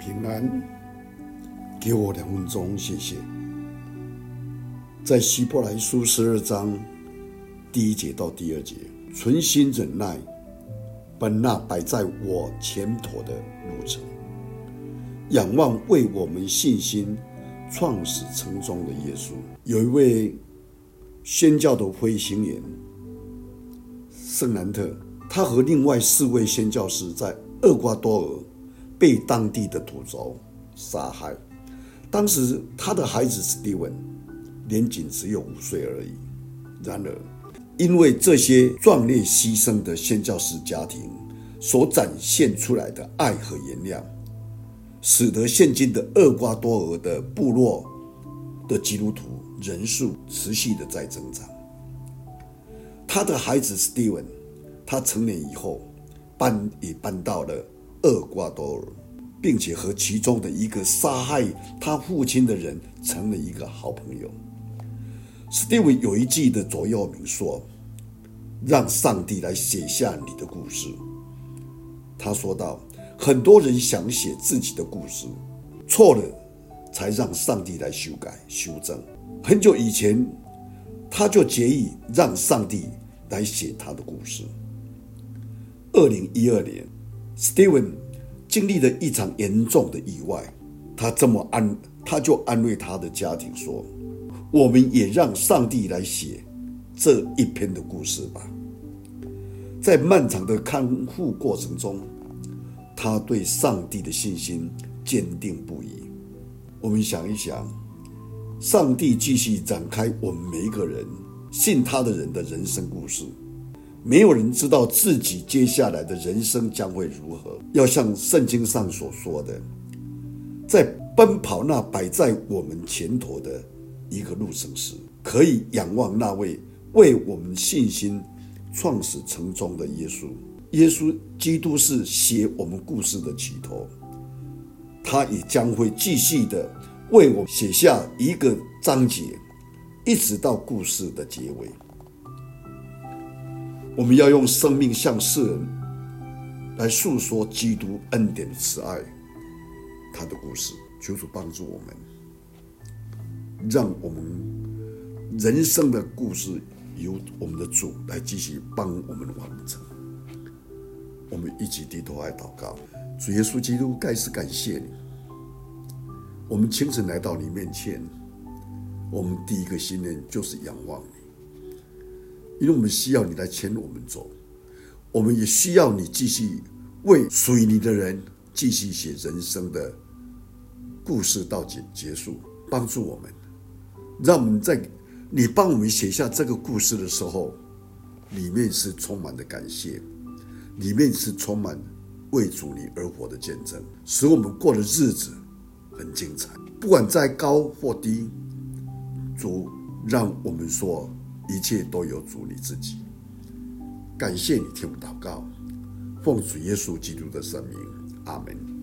平安，给我2分钟，谢谢。在希伯来书12章第1节到第2节，存心忍耐，奔那摆在我前头的路程，仰望为我们信心创始成终的耶稣。有一位宣教的飞行员圣兰特，他和另外4位宣教士在厄瓜多尔被当地的土族杀害。当时他的孩子史蒂文年仅只有5岁而已。然而，因为这些壮烈牺牲的宣教士家庭所展现出来的爱和原谅，使得现今的厄瓜多尔的部落的基督徒人数持续的在增长。他的孩子史蒂文，他成年以后也搬到了厄瓜多尔，并且和其中的一个杀害他父亲的人成了一个好朋友。史蒂文有一句的座右铭说：让上帝来写下你的故事。他说道，很多人想写自己的故事，错了才让上帝来修改修正。很久以前他就决意让上帝来写他的故事。2012年 Steven 经历了一场严重的意外，他就安慰他的家庭说，我们也让上帝来写这一篇的故事吧。在漫长的看护过程中，他对上帝的信心坚定不移。我们想一想，上帝继续展开我们每一个人信他的人的人生故事。没有人知道自己接下来的人生将会如何。要像圣经上所说的，在奔跑那摆在我们前头的一个路程时，可以仰望那位为我们信心创始成终的耶稣。耶稣基督是写我们故事的起头，他也将会继续的为我们写下一个章节，一直到故事的结尾。我们要用生命向世人来诉说基督恩典的慈爱，他的故事。求主帮助我们，让我们人生的故事由我们的主来继续帮我们完成。我们一起低头来祷告。主耶稣基督，再次感谢你，我们清晨来到你面前，我们第一个信念就是仰望你，因为我们需要你来牵我们走，我们也需要你继续为属于你的人继续写人生的故事到结束。帮助我们，让我们在你帮我们写下这个故事的时候，里面是充满的感谢，里面是充满为主你而活的见证，使我们过的日子很精彩。不管再高或低，主让我们说一切都有主你自己。感谢你听我祷告，奉主耶稣基督的圣名，阿们。